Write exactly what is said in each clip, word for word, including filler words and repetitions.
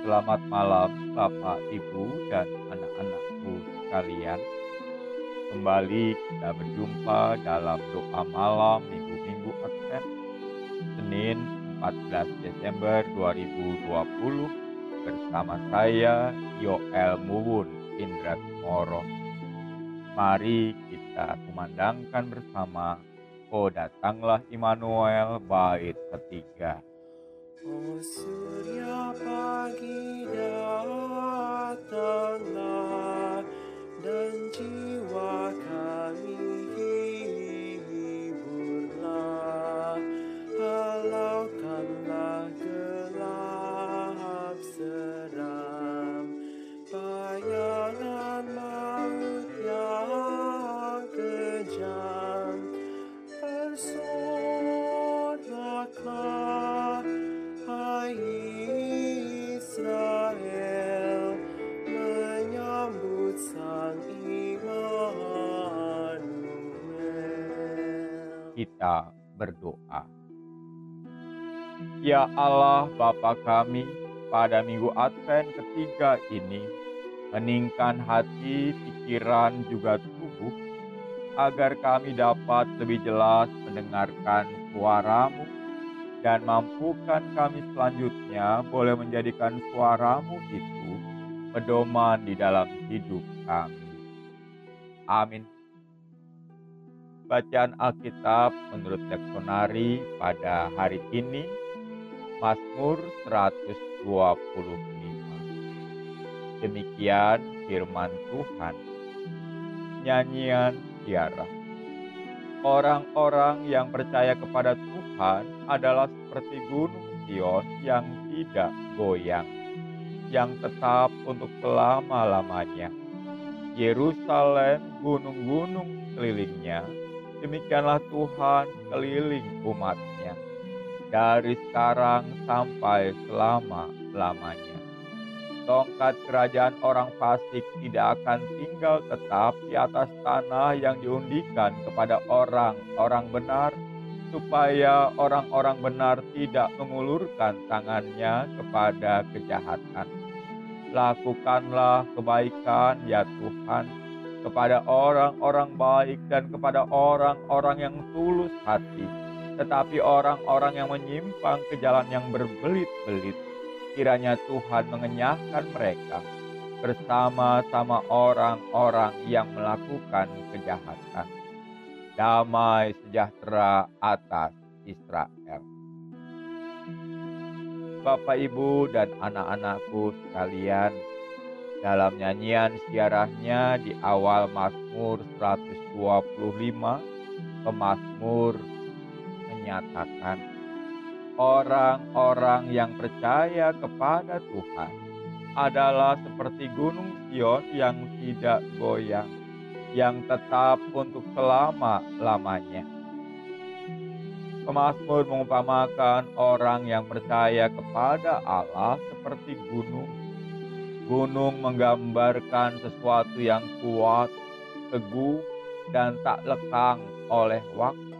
Selamat malam Bapak, Ibu, dan anak-anakku sekalian. Kembali kita berjumpa dalam doa malam Minggu-Minggu Advent, Senin empat belas Desember dua ribu dua puluh, bersama saya Yoel Muwun Indra Moro. Mari kita kumandangkan bersama "O Datanglah Immanuel" bait ketiga. Oh surya pagi datanglah, dan jiwa kami hiburlah. Halaukanlah gelap seram, bayangan maut yang kejam. Bersoraklah, hai Israel, menyambut Sang Immanuel. Kita berdoa. Ya Allah Bapa kami, pada Minggu Advent ketiga ini, heningkan hati, pikiran, juga tubuh, agar kami dapat lebih jelas mendengarkan suara-Mu, dan mampukan kami selanjutnya boleh menjadikan suara-Mu itu pedoman di dalam hidup kami. Amin. Bacaan Alkitab menurut leksonari pada hari ini, Mazmur seratus dua puluh lima. Demikian firman Tuhan. Nyanyian Tiara. Orang-orang yang percaya kepada Tuhan adalah seperti gunung Sion yang tidak goyang, yang tetap untuk selama-lamanya. Yerusalem, gunung-gunung sekelilingnya, demikianlah Tuhan keliling umat-Nya, dari sekarang sampai selama-lamanya. Tongkat kerajaan orang fasik tidak akan tinggal tetap di atas tanah yang diundikan kepada orang-orang benar, supaya orang-orang benar tidak mengulurkan tangannya kepada kejahatan. Lakukanlah kebaikan, ya Tuhan, kepada orang-orang baik dan kepada orang-orang yang tulus hati. Tetapi orang-orang yang menyimpang ke jalan yang berbelit-belit, kiranya Tuhan mengenyahkan mereka bersama-sama orang-orang yang melakukan kejahatan. Damai sejahtera atas Israel. Bapak, Ibu, dan anak-anakku sekalian, dalam nyanyian siarahnya di awal Mazmur seratus dua puluh lima, pemazmur menyatakan, orang-orang yang percaya kepada Tuhan adalah seperti gunung Sion yang tidak goyang, yang tetap untuk selama-lamanya. Pemazmur mengumpamakan orang yang percaya kepada Allah seperti gunung. Gunung menggambarkan sesuatu yang kuat, teguh, dan tak lekang oleh waktu.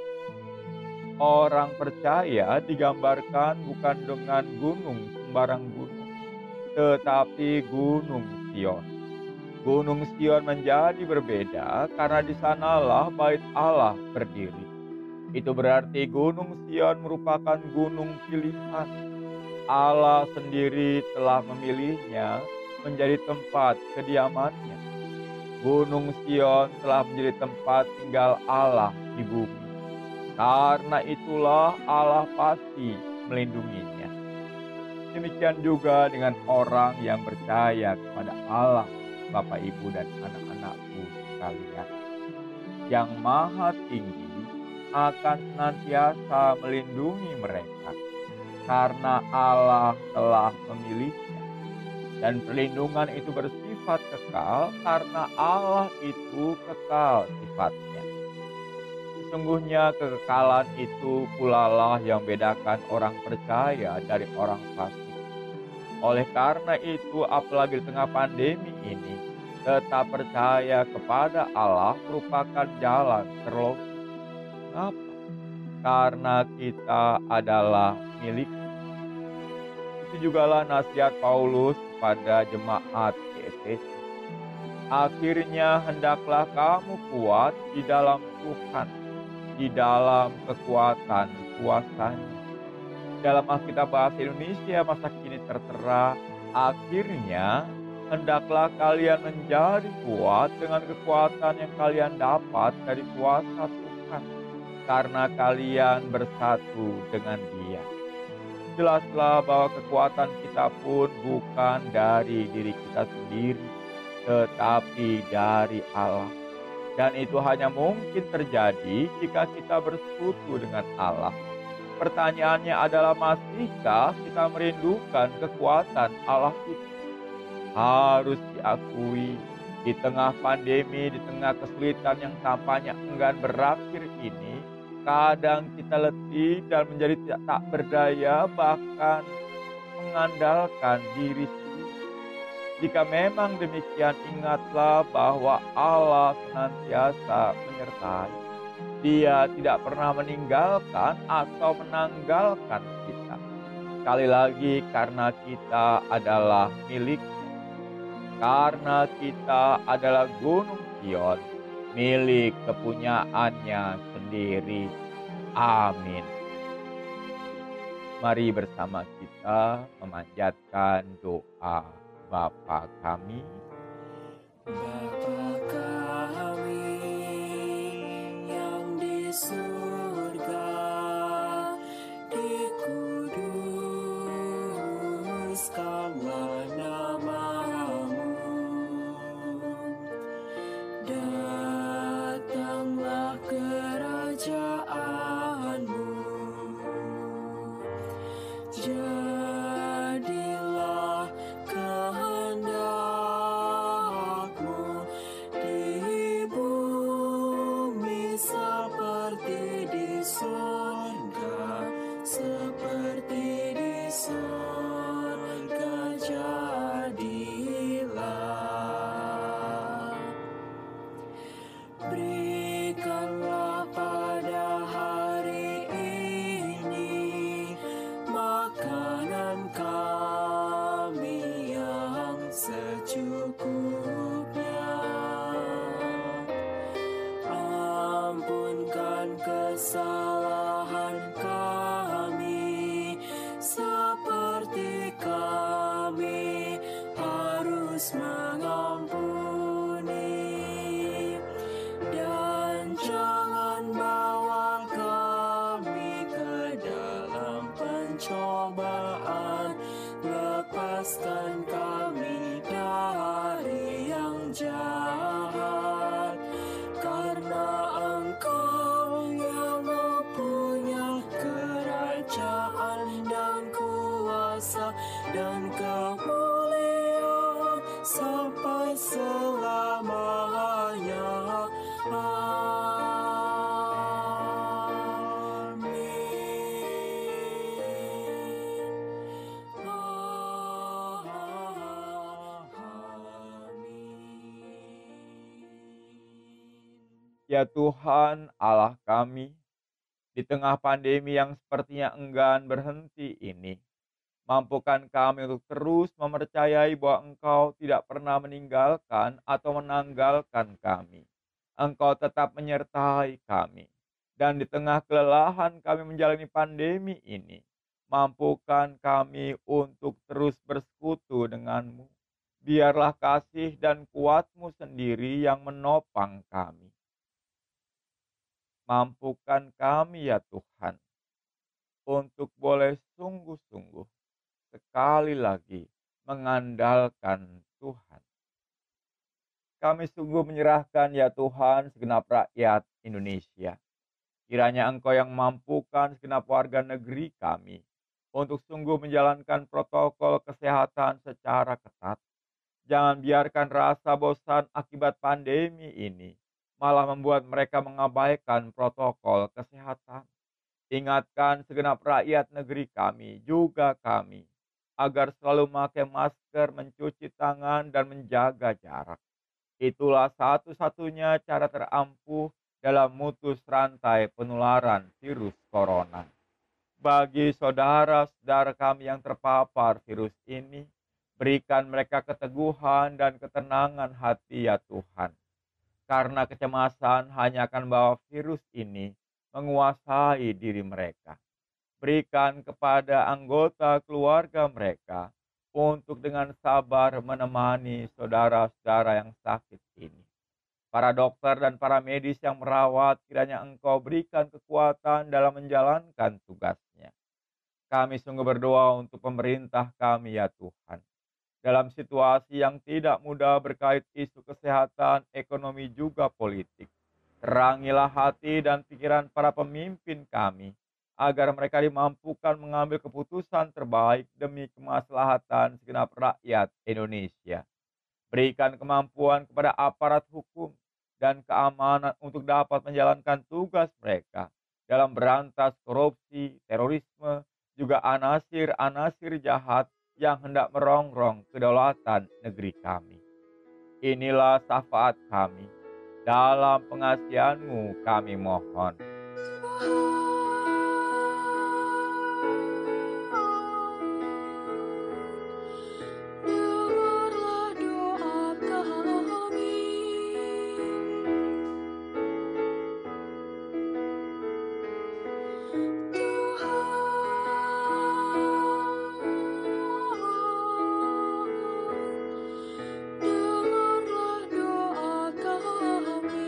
Orang percaya digambarkan bukan dengan gunung sembarang gunung, tetapi gunung Sion. Gunung Sion menjadi berbeda karena di sanalah bait Allah berdiri. Itu berarti gunung Sion merupakan gunung pilihan. Allah sendiri telah memilihnya menjadi tempat kediamannya. Gunung Sion telah menjadi tempat tinggal Allah di bumi. Karena itulah Allah pasti melindunginya. Demikian juga dengan orang yang percaya kepada Allah, Bapak, Ibu, dan anak-anakku sekalian. Yang Maha Tinggi akan senantiasa melindungi mereka, karena Allah telah memilihnya. Dan perlindungan itu bersifat kekal, karena Allah itu kekal sifatnya. Sesungguhnya kekekalan itu pulalah yang bedakan orang percaya dari orang fasik. Oleh karena itu, apalagi di tengah pandemi ini, tetap percaya kepada Allah merupakan jalan terlopis. Kenapa? Karena kita adalah milik. Itu jugalah nasihat Paulus kepada jemaat di Efesus. Akhirnya hendaklah kamu kuat di dalam Tuhan, di dalam kekuatan kuasa-Nya. Dalam Alkitab Bahasa Indonesia masa kini tertera, akhirnya hendaklah kalian menjadi kuat dengan kekuatan yang kalian dapat dari kuasa Tuhan, karena kalian bersatu dengan Dia. Jelaslah bahwa kekuatan kita pun bukan dari diri kita sendiri, tetapi dari Allah. Dan itu hanya mungkin terjadi jika kita bersekutu dengan Allah. Pertanyaannya adalah, masihkah kita merindukan kekuatan Allah itu? Harus diakui, di tengah pandemi, di tengah kesulitan yang tampaknya enggan berakhir ini, kadang kita letih dan menjadi tidak tak berdaya, bahkan mengandalkan diri sendiri. Jika memang demikian, ingatlah bahwa Allah senantiasa menyertai. Dia tidak pernah meninggalkan atau menanggalkan kita. Sekali lagi, karena kita adalah milik-Nya. Karena kita adalah Gunung Sion, milik kepunyaannya sendiri. Amin. Mari bersama kita memanjatkan doa Bapa kami. Bapa kami yang di surga, dikuduskanlah namamu, datanglah kerajaanmu, jadilah kehendakmu di bumi seperti di surga, seperti di surga jadilah. Berikanlah pada hari ini makanan kami yang secukupnya. Ampunkan kesalahan kami seperti kami harus mengampuni, dan jangan bawa kami ke dalam pencobaan, lepaskan kami dari yang jahat, karena Engkau yang mempunyai kerajaan dan kuasa dan kemuliaan sampai selamanya. Amin. Amin. Ya Tuhan Allah kami, di tengah pandemi yang sepertinya enggan berhenti ini, mampukan kami untuk terus mempercayai bahwa Engkau tidak pernah meninggalkan atau menanggalkan kami. Engkau tetap menyertai kami. Dan di tengah kelelahan kami menjalani pandemi ini, mampukan kami untuk terus bersekutu dengan-Mu. Biarlah kasih dan kuat-Mu sendiri yang menopang kami. Mampukan kami ya Tuhan, untuk boleh sungguh-sungguh sekali lagi mengandalkan Tuhan. Kami sungguh menyerahkan ya Tuhan segenap rakyat Indonesia. Kiranya Engkau yang mampukan segenap warga negeri kami untuk sungguh menjalankan protokol kesehatan secara ketat. Jangan biarkan rasa bosan akibat pandemi ini malah membuat mereka mengabaikan protokol kesehatan. Ingatkan segenap rakyat negeri kami, juga kami, agar selalu memakai masker, mencuci tangan, dan menjaga jarak. Itulah satu-satunya cara terampuh dalam mutus rantai penularan virus corona. Bagi saudara-saudara kami yang terpapar virus ini, berikan mereka keteguhan dan ketenangan hati ya Tuhan. Karena kecemasan hanya akan membawa virus ini menguasai diri mereka. Berikan kepada anggota keluarga mereka untuk dengan sabar menemani saudara-saudara yang sakit ini. Para dokter dan para medis yang merawat, kiranya Engkau berikan kekuatan dalam menjalankan tugasnya. Kami sungguh berdoa untuk pemerintah kami ya Tuhan. Dalam situasi yang tidak mudah berkait isu kesehatan, ekonomi juga politik. Terangilah hati dan pikiran para pemimpin kami, agar mereka dimampukan mengambil keputusan terbaik demi kemaslahatan segenap rakyat Indonesia. Berikan kemampuan kepada aparat hukum dan keamanan untuk dapat menjalankan tugas mereka dalam berantas korupsi, terorisme, juga anasir-anasir jahat yang hendak merongrong kedaulatan negeri kami. Inilah syafaat kami, dalam pengasihan-Mu kami mohon. Dengarlah doa kami. Tuhan, dengarlah doa kami.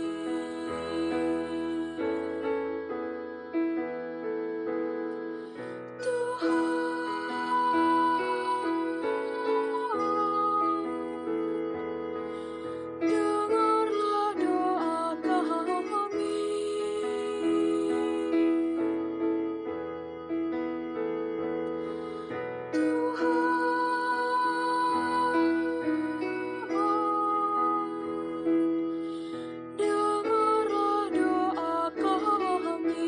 Tuhan, dengarlah doa kami. Tuhan, dengarlah doa kami.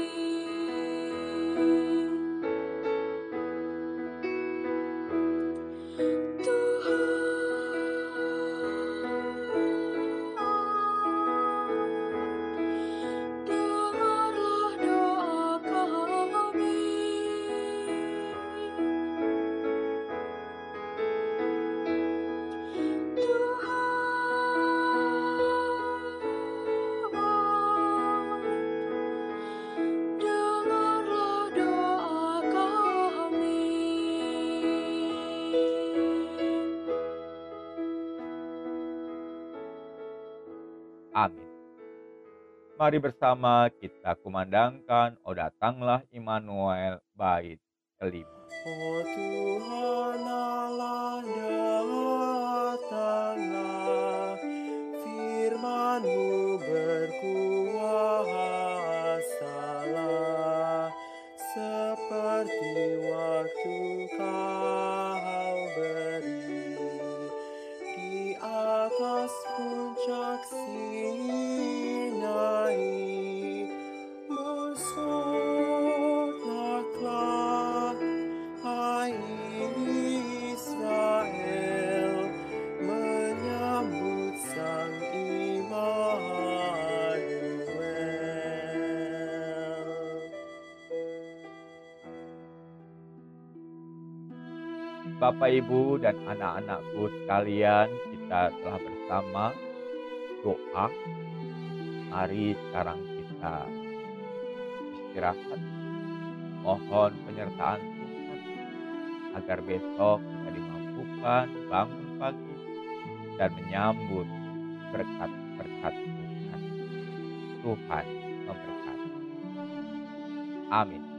Tuhan, dengarlah doa kami. Tuhan, dengarlah doa kami. Amin. Mari bersama kita kumandangkan "O datanglah Immanuel" bait kelima. Oh Tuhan Allah, datanglah, firman-Mu berkuasalah, seperti waktu Kau beri di atas puncak Sinai. Bersonaklah, hai Israel, menyambut Sang Immanuel. Bapak, Ibu, dan anak-anakku sekalian, kita telah bersama doa. Mari sekarang kita istirahat. Mohon penyertaan Tuhan agar besok kita dimampukan bangun pagi dan menyambut berkat-berkat Tuhan. Tuhan memberkati. Amin.